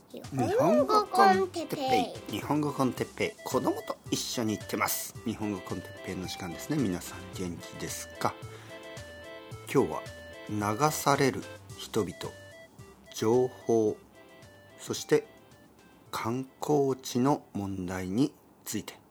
日本語コンテッペイ、日本語コンテッペイ、子供と一緒に行ってます。日本語コンテッペイの時間ですね。皆さん元気ですか？今日は流される人々、情報、そして観光地の問題について。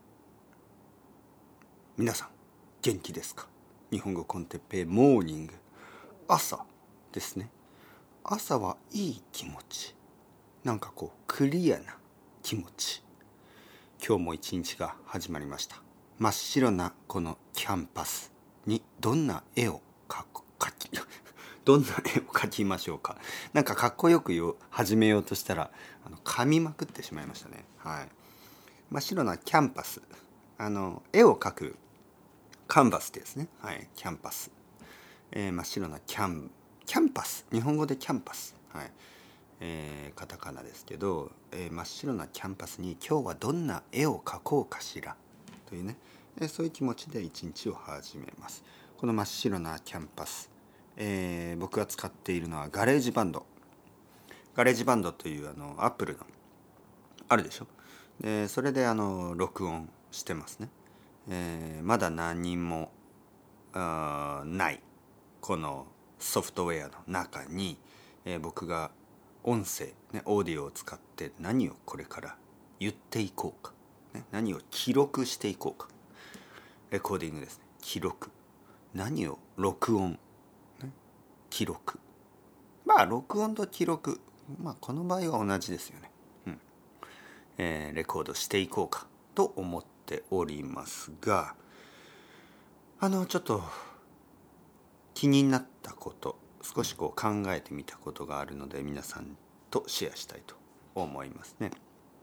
皆さん元気ですか？日本語コンテッペイモーニング、朝ですね。朝はいい気持ち、なんかこうクリアな気持ち。今日も一日が始まりました。真っ白なこのキャンパスにどんな絵をどんな絵を描きましょうか。なんかかっこよく始めようとしたら噛みまくってしまいましたね。はい。真っ白なキャンパス、絵を描くカンバスですね。はい、キャンパス、真っ白なキャンパス、日本語でキャンパス、はい、カタカナですけど、真っ白なキャンパスに今日はどんな絵を描こうかしらというね、そういう気持ちで一日を始めます。この真っ白なキャンパス、僕が使っているのはガレージバンドというアップルのあるでしょ。それで録音してますね。まだ何もないこのソフトウェアの中に、僕が音声、オーディオを使って何をこれから言っていこうか、何を記録していこうか。レコーディングですね。記録、何を録音、記録。録音と記録、この場合は同じですよね。レコードしていこうかと思っておりますが、ちょっと気になったこと、少し考えてみたことがあるので皆さんとシェアしたいと思いますね。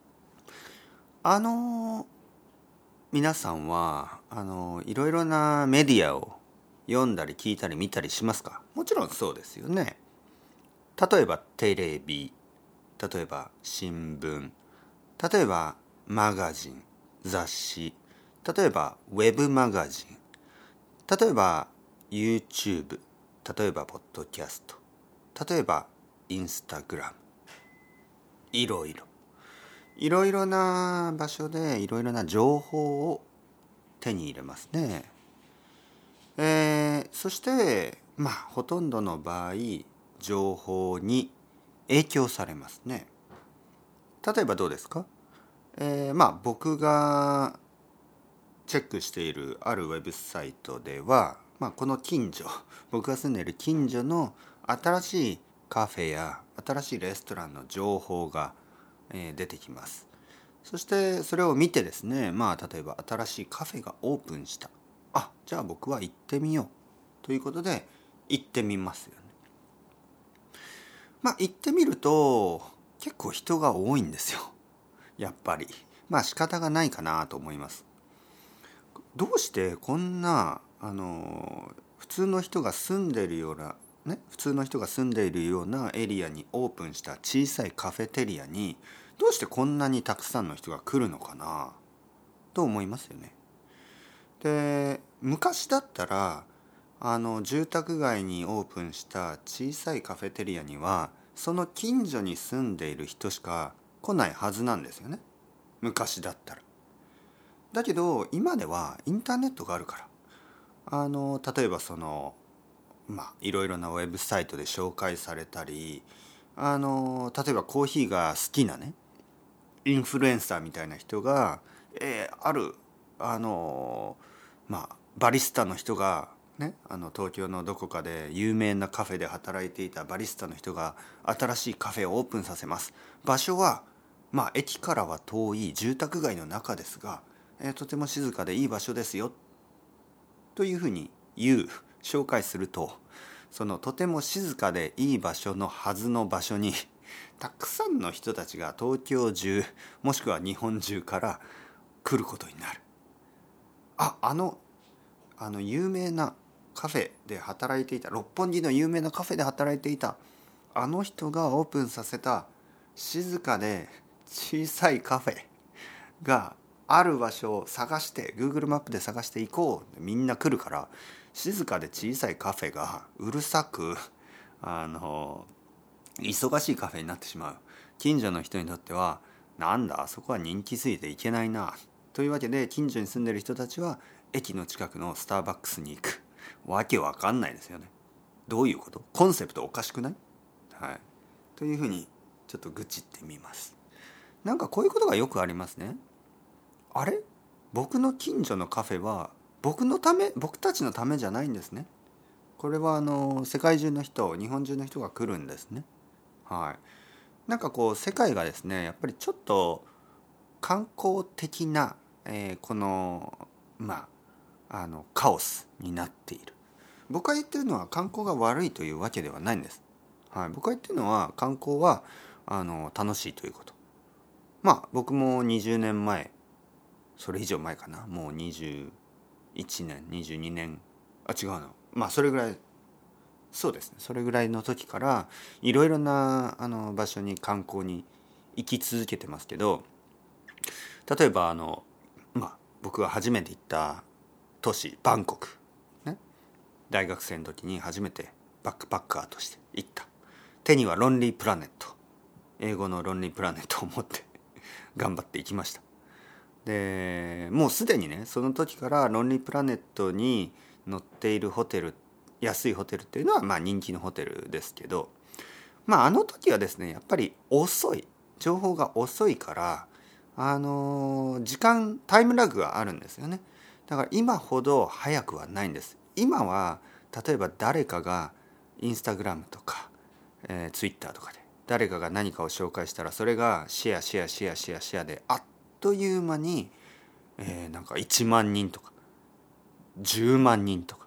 皆さんはいろいろなメディアを読んだり聞いたり見たりしますか？もちろんそうですよね。例えばテレビ、例えば新聞、例えばマガジン、雑誌、例えばウェブマガジン、例えば YouTube、例えばポッドキャスト、例えばインスタグラム、いろいろな場所でいろいろな情報を手に入れますね。そしてほとんどの場合情報に影響されますね。例えばどうですか？僕がチェックしているあるウェブサイトでは、この近所、僕が住んでいる近所の新しいカフェや新しいレストランの情報が出てきます。そしてそれを見てですね、例えば新しいカフェがオープンした。じゃあ僕は行ってみようということで行ってみますよね。行ってみると結構人が多いんですよ。やっぱり仕方がないかなと思います。どうしてこんな普通の人が住んでいるような普通の人が住んでいるようなエリアにオープンした小さいカフェテリアにどうしてこんなにたくさんの人が来るのかなと思いますよね。で、昔だったら住宅街にオープンした小さいカフェテリアにはその近所に住んでいる人しか来ないはずなんですよね。昔だったら。だけど今ではインターネットがあるから例えばいろいろなウェブサイトで紹介されたり、例えばコーヒーが好きなインフルエンサーみたいな人が、あるバリスタの人が東京のどこかで有名なカフェで働いていたバリスタの人が新しいカフェをオープンさせます。場所は駅からは遠い住宅街の中ですが、とても静かでいい場所ですよというふうに紹介すると、そのとても静かでいい場所のはずの場所にたくさんの人たちが東京中もしくは日本中から来ることになる。有名なカフェで働いていた、六本木の有名なカフェで働いていたあの人がオープンさせた静かで小さいカフェがある場所を探して Google マップで探していこう。みんな来るから、静かで小さいカフェがうるさく忙しいカフェになってしまう。近所の人にとってはなんだあそこは人気すぎていけないなというわけで、近所に住んでる人たちは駅の近くのスターバックスに行く。わけわかんないですよね。どういうこと？コンセプトおかしくない？はい。というふうにちょっと愚痴ってみます。なんかこういうことがよくありますね。あれ？僕の近所のカフェは僕たちのためじゃないんですね。これは世界中の人、日本中の人が来るんですね。はい。なんかこう世界がですね、やっぱりちょっと観光的な、このカオスになっている。僕が言ってるのは観光が悪いというわけではないんです。はい、僕が言ってるのは観光は楽しいということ。僕も20年前、それ以上前かな、もう21年22年、違うな、それぐらい、そうですね、それぐらいの時からいろいろな場所に観光に行き続けてますけど、例えば僕が初めて行った都市バンコク、ね、大学生の時に初めてバックパッカーとして行った。手にはロンリープラネット、英語のロンリープラネットを持って頑張って行きました。でもうすでにね、その時からロンリープラネットに載っているホテル、安いホテルっていうのは人気のホテルですけど、あの時はですね、やっぱり情報が遅いから、タイムラグがあるんですよね。だから今ほど早くはないんです。今は例えば誰かがインスタグラムとか、ツイッターとかで誰かが何かを紹介したら、それがシェアであっという間に、なんか1万人とか10万人とか、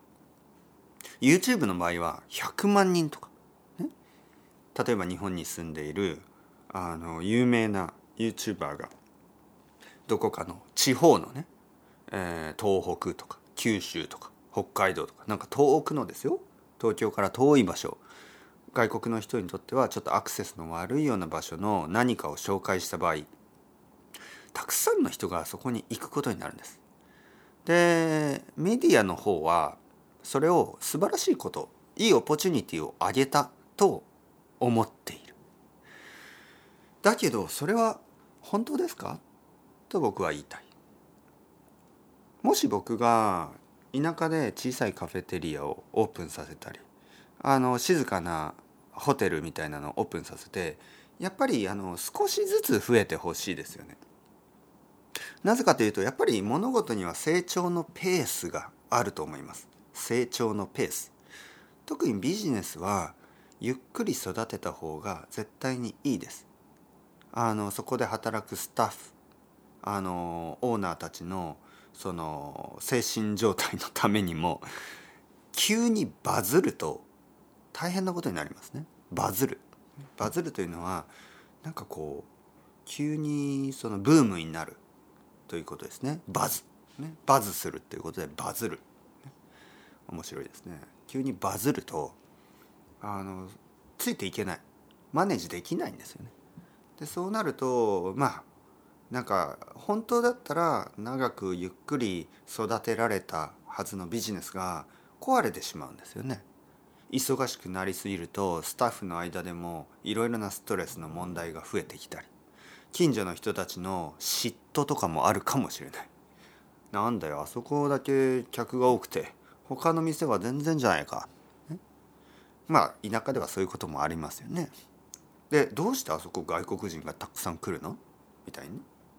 YouTube の場合は100万人とか、ね、例えば日本に住んでいる有名な YouTuber がどこかの地方のね、東北とか九州とか北海道とか、なんか遠くのですよ、東京から遠い場所、外国の人にとってはちょっとアクセスの悪いような場所の何かを紹介した場合、たくさんの人がそこに行くことになるんです。でメディアの方はそれを素晴らしいこと、いいオポチュニティをあげたと思っている。だけどそれは本当ですかと僕は言いたい。もし僕が田舎で小さいカフェテリアをオープンさせたり、静かなホテルみたいなのをオープンさせて、やっぱり少しずつ増えてほしいですよね。なぜかというと、やっぱり物事には成長のペースがあると思います。成長のペース。特にビジネスはゆっくり育てた方が絶対にいいです。そこで働くスタッフ、オーナーたちのその精神状態のためにも、急にバズると大変なことになりますね。バズるというのは、なんかこう急にそのブームになるということですね。バズするということでバズる、面白いですね。急にバズるとついていけない、マネージできないんですよね。でそうなるとなんか本当だったら長くゆっくり育てられたはずのビジネスが壊れてしまうんですよね。忙しくなりすぎるとスタッフの間でもいろいろなストレスの問題が増えてきたり、近所の人たちの嫉妬とかもあるかもしれない。なんだよあそこだけ客が多くて他の店は全然じゃないか。田舎ではそういうこともありますよね。でどうしてあそこ外国人がたくさん来るのみたいに、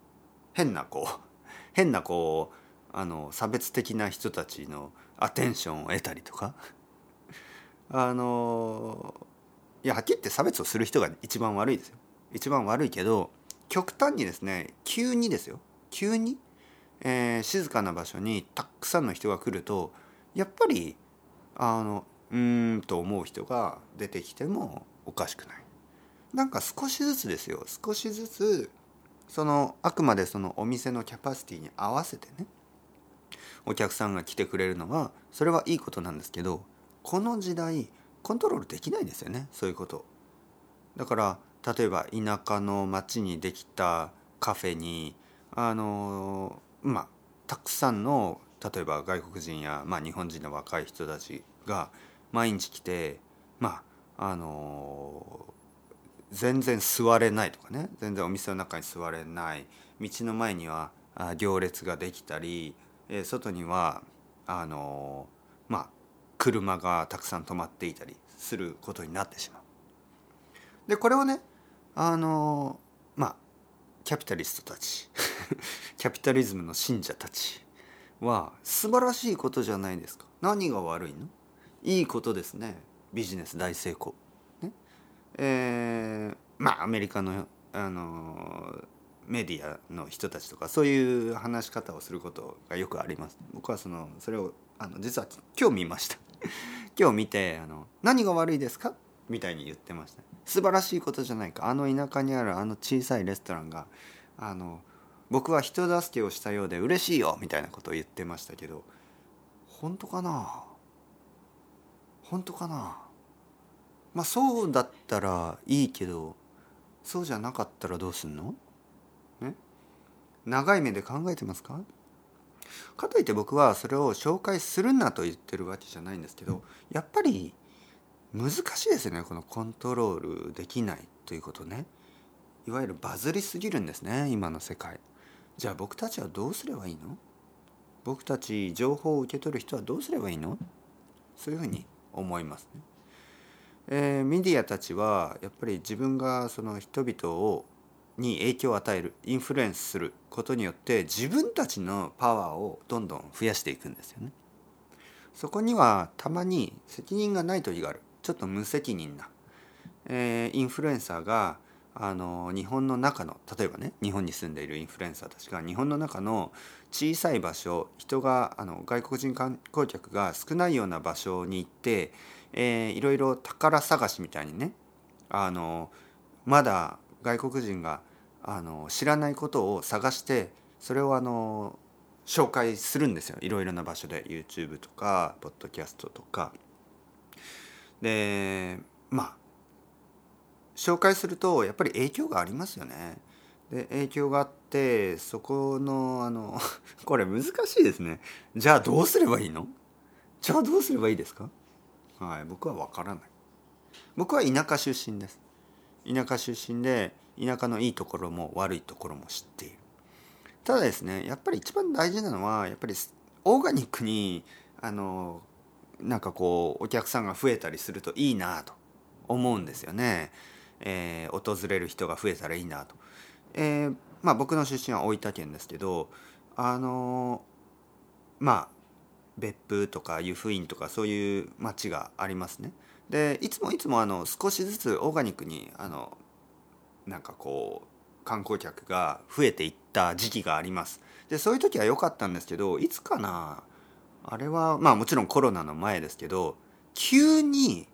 変な差別的な人たちのアテンションを得たりとか、いやはっきり言って差別をする人が一番悪いですよ。一番悪いけど、極端にですね、急に、静かな場所にたくさんの人が来ると、やっぱりと思う人が出てきてもおかしくない。なんか少しずつですよ、少しずつあくまでそのお店のキャパシティに合わせてね、お客さんが来てくれるのはそれはいいことなんですけど、この時代コントロールできないんですよね、そういうこと。だから例えば田舎の町にできたカフェにたくさんの例えば外国人や、日本人の若い人たちが毎日来て全然座れないとかね、全然お店の中に座れない、道の前には行列ができたり、外にはまあ車がたくさん止まっていたりすることになってしまう。でこれをねまあキャピタリストたちキャピタリズムの信者たちは素晴らしいことじゃないですか。何が悪いの？いいことですね。ビジネス大成功、ね。まあアメリカのメディアの人たちとかそういう話し方をすることがよくあります。僕はそれを実は今日見ました今日見て何が悪いですかみたいに言ってました。素晴らしいことじゃないか。田舎にある小さいレストランが僕は人助けをしたようで嬉しいよみたいなことを言ってましたけど、本当かな。まあそうだったらいいけど、そうじゃなかったらどうすんの？ね、長い目で考えてますか？かといって僕はそれを紹介するなと言ってるわけじゃないんですけど、やっぱり難しいですよね、このコントロールできないということね。いわゆるバズりすぎるんですね、今の世界。じゃあ僕たちはどうすればいいの？僕たち情報を受け取る人はどうすればいいの？そういうふうに思いますね。メディアたちはやっぱり自分がその人々に影響を与える、インフルエンスすることによって自分たちのパワーをどんどん増やしていくんですよね。そこにはたまに責任がない時がある。ちょっと無責任な、インフルエンサーが日本の中の、例えばね、日本に住んでいるインフルエンサーたちが日本の中の小さい場所、人が外国人観光客が少ないような場所に行って、いろいろ宝探しみたいにね、まだ外国人が知らないことを探して、それを紹介するんですよ。いろいろな場所で YouTube とかポッドキャストとかで、まあ紹介するとやっぱり影響がありますよね。で影響があって、そこのこれ難しいですね。じゃあどうすればいいの？じゃあどうすればいいですか？はい、僕は分からない。僕は田舎出身です。田舎出身で、田舎のいいところも悪いところも知っている。ただですね、やっぱり一番大事なのはやっぱりオーガニックになんかこうお客さんが増えたりするといいなと思うんですよね。訪れる人が増えたらいいなと。まあ僕の出身は大分県ですけど、まあ別府とか湯布院とかそういう町がありますね。でいつも少しずつオーガニックになんかこう観光客が増えていった時期があります。でそういう時は良かったんですけど、いつかな、あれはまあもちろんコロナの前ですけど、急に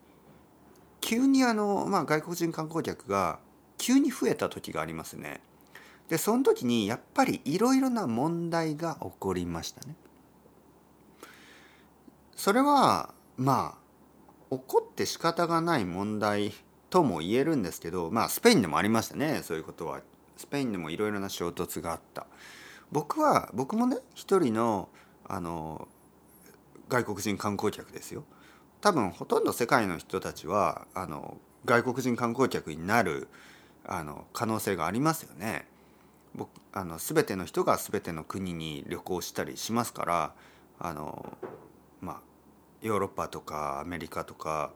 まあ、外国人観光客が急に増えた時がありますね。でその時にやっぱりいろいろな問題が起こりましたね。それはまあ起こって仕方がない問題とも言えるんですけど、まあスペインでもありましたね、そういうことは。スペインでもいろいろな衝突があった。僕もね、一人の外国人観光客ですよ。多分ほとんど世界の人たちは外国人観光客になる可能性がありますよね。全ての人が全ての国に旅行したりしますから、まあヨーロッパとかアメリカとか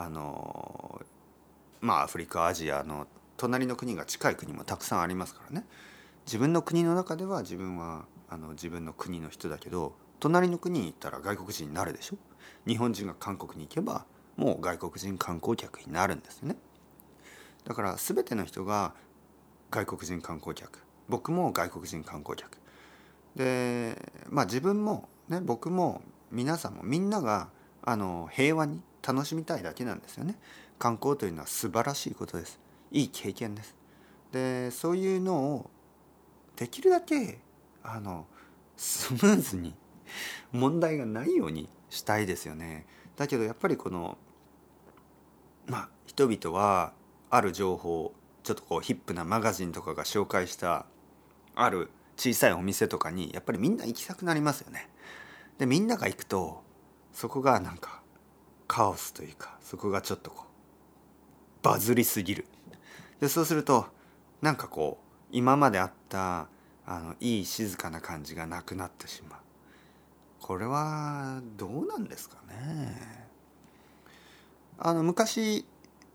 まあアフリカ、アジアの隣の国が近い国もたくさんありますからね。自分の国の中では自分は自分の国の人だけど、隣の国に行ったら外国人になるでしょ。日本人が韓国に行けばもう外国人観光客になるんですよね。だから全ての人が外国人観光客、僕も外国人観光客で、まあ自分もね、僕も皆さんもみんなが平和に楽しみたいだけなんですよね。観光というのは素晴らしいことです。いい経験です。でそういうのをできるだけスムーズに問題がないようにしたいですよね。だけどやっぱりまあ人々はある情報、ちょっとこうヒップなマガジンとかが紹介したある小さいお店とかにやっぱりみんな行きたくなりますよね。でみんなが行くとそこがなんかカオスというか、そこがちょっとこうバズりすぎる。 でそうするとなんかこう今まであったいい静かな感じがなくなってしまう。これはどうなんですかね。昔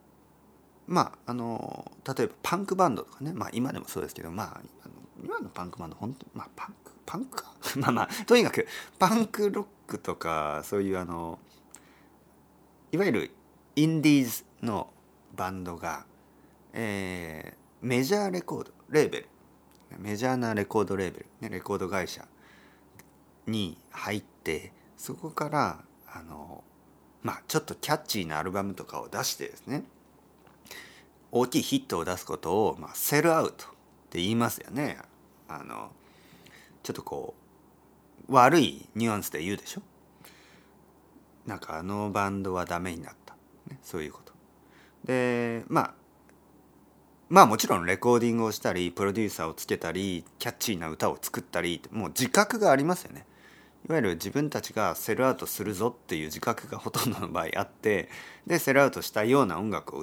例えばパンクバンドとかね、今でもそうですけど、今のパンクバンド本当パンクかとにかくパンクロックとかそういういわゆるインディーズのバンドが、メジャーレコードレーベルメジャーなレコードレーベル、ね、レコード会社に入って、そこからちょっとキャッチーなアルバムとかを出してですね、大きいヒットを出すことを、セルアウトって言いますよね。ちょっとこう悪いニュアンスで言うでしょ。なんかバンドはダメになった、ね、そういうことで、もちろんレコーディングをしたりプロデューサーをつけたりキャッチーな歌を作ったり、もう自覚がありますよね。いわゆる自分たちがセルアウトするぞっていう自覚がほとんどの場合あって、でセルアウトしたような音楽を売って、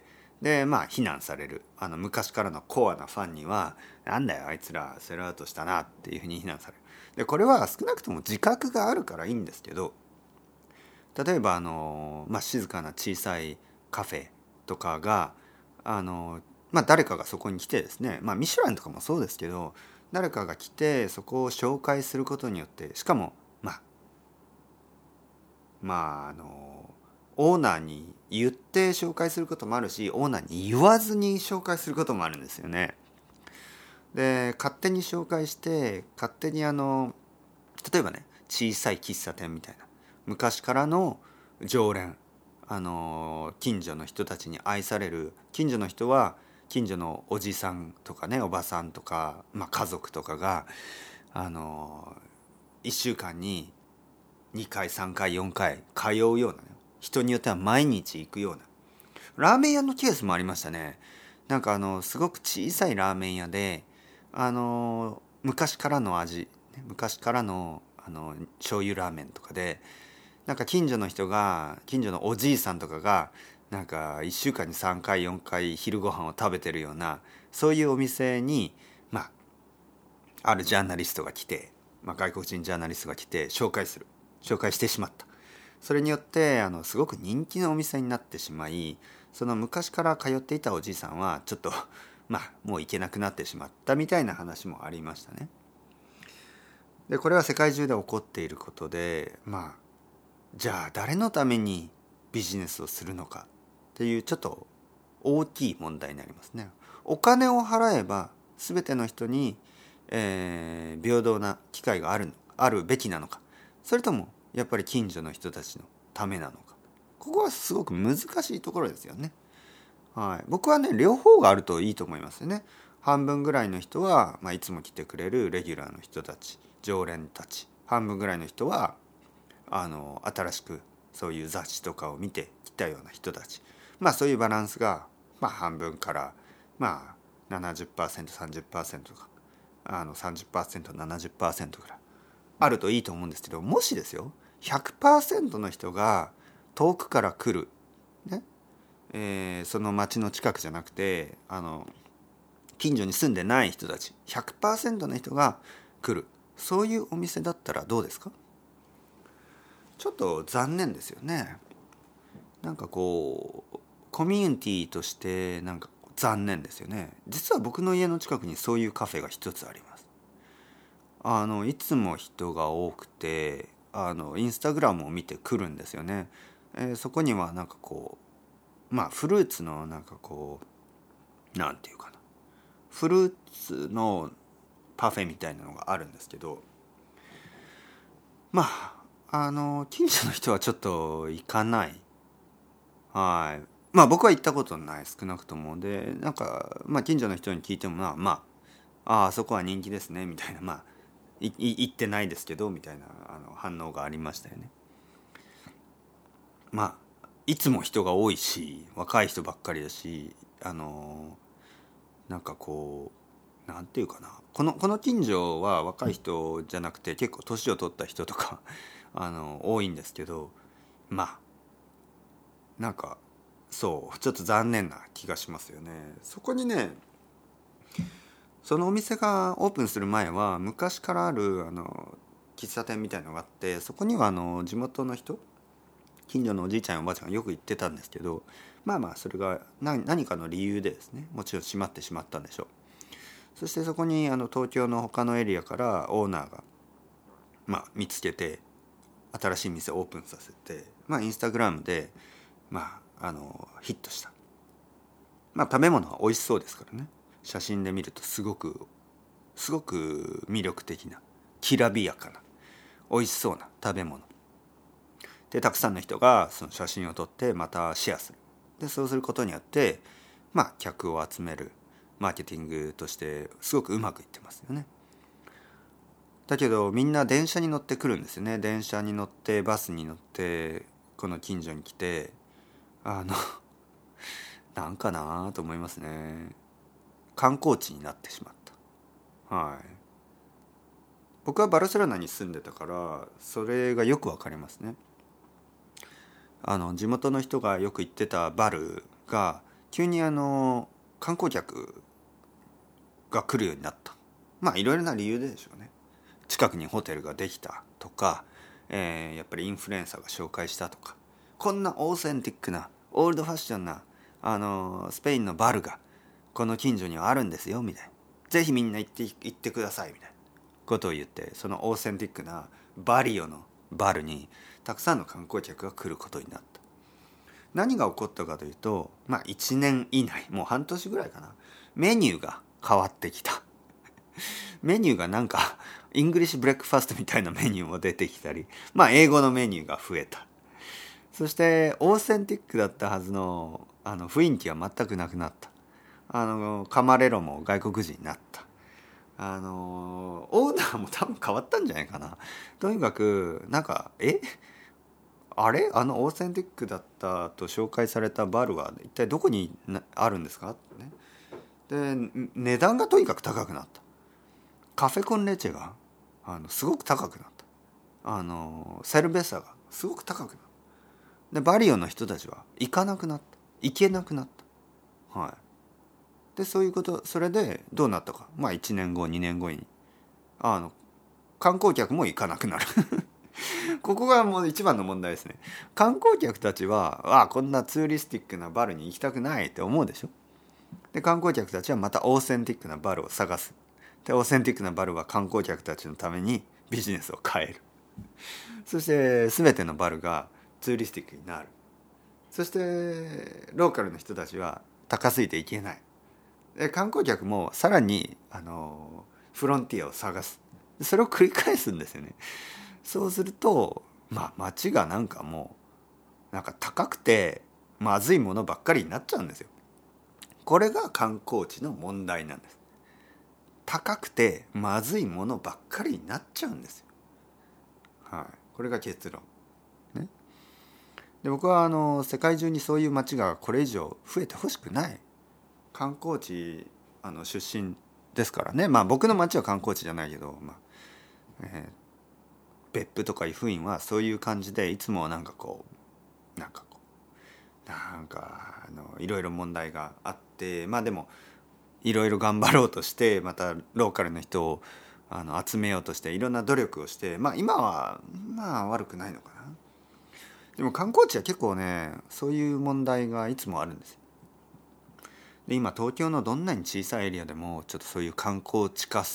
で非難される昔からのコアなファンにはなんだよあいつらセルアウトしたなっていうふうに非難される。でこれは少なくとも自覚があるからいいんですけど、例えば静かな小さいカフェとかが誰かがそこに来てですね、ミシュランとかもそうですけど、誰かが来てそこを紹介することによって、しかもオーナーに言って紹介することもあるし、オーナーに言わずに紹介することもあるんですよね。で勝手に紹介して勝手に例えばね、小さい喫茶店みたいな昔からの常連、近所の人たちに愛される、近所の人は近所のおじさんとかね、おばさんとか、家族とかが1週間に2回3回4回通うような、ね、人によっては毎日行くようなラーメン屋のケースもありましたね。なんかすごく小さいラーメン屋で昔からの味、昔からの醤油ラーメンとかで、なんか近所のおじいさんとかがなんか1週間に3回4回昼ご飯を食べてるような、そういうお店にあるジャーナリストが来て、外国人ジャーナリストが来て紹介してしまった。それによってすごく人気のお店になってしまい、その昔から通っていたおじいさんはちょっともう行けなくなってしまったみたいな話もありましたね。でこれは世界中で起こっていることで、じゃあ誰のためにビジネスをするのかっていうちょっと大きい問題になりますね。お金を払えば全ての人に、平等な機会があるべきなのか、それともやっぱり近所の人たちのためなのか、ここはすごく難しいところですよね。はい、僕はね両方があるといいと思いますよね。半分ぐらいの人は、いつも来てくれるレギュラーの人たち、常連たち、半分ぐらいの人は新しくそういう雑誌とかを見てきたような人たち、そういうバランスが、半分から70%30% とか30%70% ぐらいあるといいと思うんですけど、もしですよ 100% の人が遠くから来る、ね、その町の近くじゃなくて近所に住んでない人たち 100% の人が来る、そういうお店だったらどうですか。ちょっと残念ですよね。なんかこうコミュニティとしてなんか残念ですよね。実は僕の家の近くにそういうカフェが一つあります。いつも人が多くてインスタグラムを見て来るんですよね。そこにはなんかこうフルーツのなんかこうなんていうかな、フルーツのパフェみたいなのがあるんですけど、近所の人はちょっと行かない。はい。僕は行ったことない、少なくとも。でなんか近所の人に聞いてもあそこは人気ですねみたいな、行ってないですけどみたいな反応がありましたよね。いつも人が多いし若い人ばっかりだし、なんかこうなんていうかな、この近所は若い人じゃなくて結構年を取った人とか多いんですけど、なんかそうちょっと残念な気がしますよね。そこにね、そのお店がオープンする前は昔からある喫茶店みたいのがあって、そこには地元の人、近所のおじいちゃんやおばあちゃんがよく行ってたんですけど、まあまあそれが何かの理由でですね、もちろん閉まってしまったんでしょう。そしてそこに東京の他のエリアからオーナーが、見つけて新しい店をオープンさせて、インスタグラムで、ヒットした。食べ物は美味しそうですからね。写真で見るとすごく魅力的な、きらびやかな美味しそうな食べ物で、たくさんの人がその写真を撮ってまたシェアする。でそうすることによって客を集めるマーケティングとしてすごくうまくいってますよね。だけどみんな電車に乗ってくるんですよね。電車に乗ってバスに乗ってこの近所に来て、なんかなと思いますね。観光地になってしまった。はい。僕はバルセロナに住んでたからそれがよくわかりますね。地元の人がよく行ってたバルが急に観光客が来るようになった。いろいろな理由でしょうね。近くにホテルができたとか、やっぱりインフルエンサーが紹介したとか、こんなオーセンティックなオールドファッションなスペインのバルがこの近所にはあるんですよみたいな、ぜひみんな行ってくださいみたいなことを言って、そのオーセンティックなバリオのバルにたくさんの観光客が来ることになった。何が起こったかというと、1年以内、もう半年ぐらいかな、メニューが変わってきた。メニューがなんかイングリッシュブレックファストみたいなメニューも出てきたり、英語のメニューが増えた。そしてオーセンティックだったはずの雰囲気は全くなくなった。カマレロも外国人になった。オーナーも多分変わったんじゃないかな。とにかくあれオーセンティックだったと紹介されたバルは一体どこにあるんですかってね。で値段がとにかく高くなった。カフェコンレチェがすごく高くなった。セルベッサがすごく高くなった。でバリオの人たちは行かなくなった。行けなくなった。はい。でそういうこと、それでどうなったか、1年後2年後に観光客も行かなくなる。ここがもう一番の問題ですね。観光客たちはこんなツーリスティックなバルに行きたくないって思うでしょ。で観光客たちはまたオーセンティックなバルを探す。でオーセンティックなバルは観光客たちのためにビジネスを変える。そして全てのバルがツーリスティックになる。そしてローカルの人たちは高すぎて行けない。で観光客もさらにフロンティアを探す。それを繰り返すんですよね。そうすると街がもう高くてまずいものばっかりになっちゃうんですよ。これが観光地の問題なんです。高くてまずいものばっかりになっちゃうんですよ。はい、これが結論。ね。で僕は世界中にそういう街がこれ以上増えてほしくない。観光地出身ですからね。僕の町は観光地じゃないけど、別府とか湯布院はそういう感じで、いつもいろいろ問題があって、でもいろいろ頑張ろうとして、またローカルの人を集めようとしていろんな努力をして、今は悪くないのかな。でも観光地は結構ね、そういう問題がいつもあるんですよ。で今東京のどんなに小さいエリアでもちょっとそういう観光地化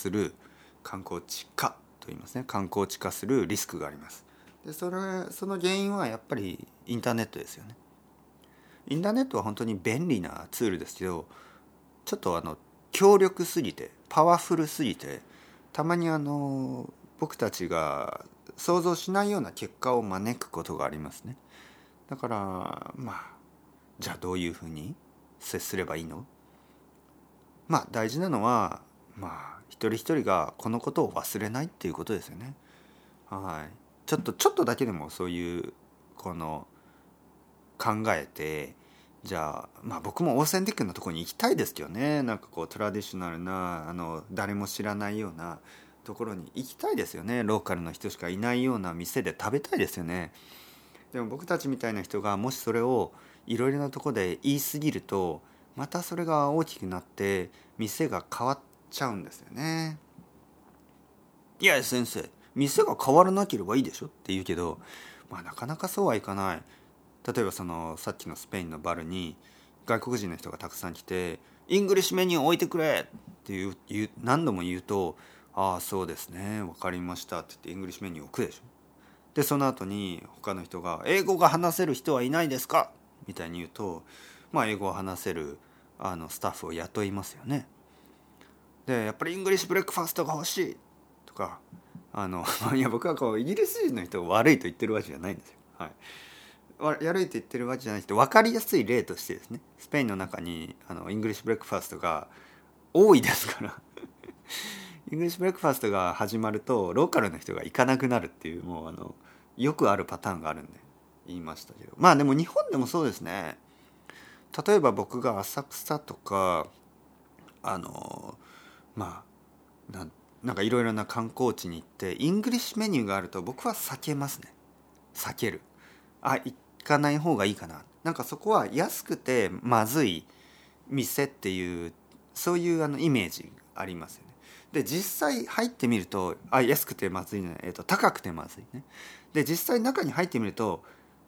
と言いますね、観光地化するリスクがあります。でその原因はやっぱりインターネットですよね。インターネットは本当に便利なツールですけど、ちょっと強力すぎてパワフルすぎて、たまに僕たちが想像しないような結果を招くことがありますね。だからじゃあどういうふうに接すればいいの？大事なのは一人一人がこのことを忘れないっていうことですよね。はい。ちょっとだけでもそういう考えて、じゃあ僕もオーセンティックなところに行きたいですけどね。トラディショナルな誰も知らないようなところに行きたいですよね。ローカルの人しかいないような店で食べたいですよね。でも僕たちみたいな人がもしそれをいろいろなとこで言い過ぎるとまたそれが大きくなって店が変わっちゃうんですよね。いや先生、店が変わらなければいいでしょって言うけど、なかなかそうはいかない。例えばさっきのスペインのバルに外国人の人がたくさん来てイングリッシュメニュー置いてくれって何度も言うと、ああそうですねわかりましたって言ってイングリッシュメニュー置くでしょ。でその後に他の人が英語が話せる人はいないですかみたいに言うと、英語を話せるスタッフを雇いますよね。でやっぱりイングリッシュブレックファストが欲しいとかいや僕はイギリス人の人が悪いと言ってるわけじゃないんですよ。悪いと言ってるわけじゃなくて、分かりやすい例としてですね、スペインの中にイングリッシュブレックファストが多いですからイングリッシュブレックファストが始まるとローカルの人が行かなくなるっていう、もうよくあるパターンがあるんで言いましたけど、でも日本でもそうですね。例えば僕が浅草とかなんかいろいろな観光地に行ってイングリッシュメニューがあると僕は避けますね。避ける。行かない方がいいかな。なんかそこは安くてまずい店っていうそういうイメージありますよね。で実際入ってみると安くてまずいね、高くてまずいね。で実際中に入ってみると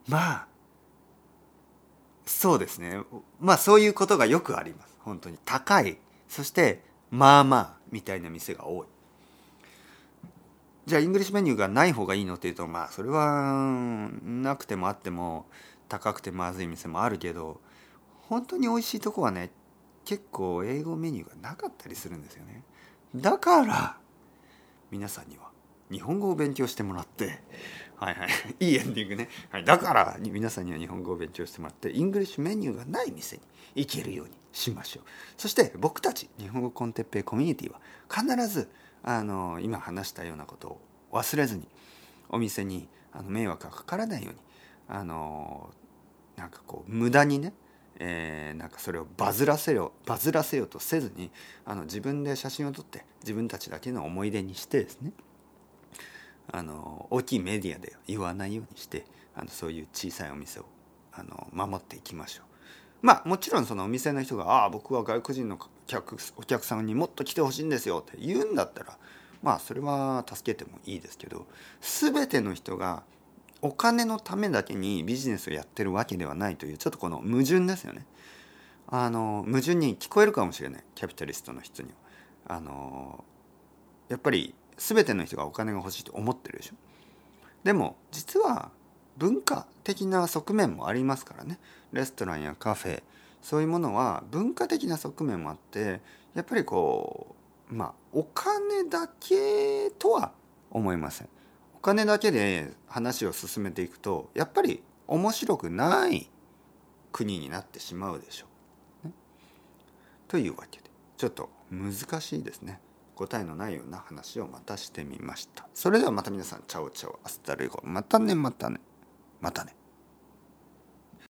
そうですね。そういうことがよくあります。本当に高い、そしてみたいな店が多い。じゃあイングリッシュメニューがない方がいいのっていうと、それはなくてもあっても高くてまずい店もあるけど、本当に美味しいとこはね、結構英語メニューがなかったりするんですよね。だから皆さんには日本語を勉強してもらって、いいエンディングね、だから皆さんには日本語を勉強してもらってイングリッシュメニューがない店に行けるようにしましょう。そして僕たち日本語コンテッペイコミュニティは必ず今話したようなことを忘れずに、お店に迷惑がかからないようになんか無駄にね、なんかそれをバズらせようとせずに自分で写真を撮って自分たちだけの思い出にしてですね、大きいメディアで言わないようにしてそういう小さいお店を守っていきましょう。もちろんそのお店の人が僕は外国人のお客さんにもっと来てほしいんですよって言うんだったらそれは助けてもいいですけど、全ての人がお金のためだけにビジネスをやってるわけではないという、ちょっとこの矛盾ですよね。矛盾に聞こえるかもしれない、キャピタリストの人には。やっぱり全ての人がお金が欲しいと思ってるでしょ。でも実は文化的な側面もありますからね。レストランやカフェ、そういうものは文化的な側面もあって、やっぱりお金だけとは思いません。お金だけで話を進めていくとやっぱり面白くない国になってしまうでしょう、ね、というわけでちょっと難しいですね。答えのないような話をまたしてみました。それではまた皆さん、チャオチャオ、アスタルエゴ、またねまたねまたね。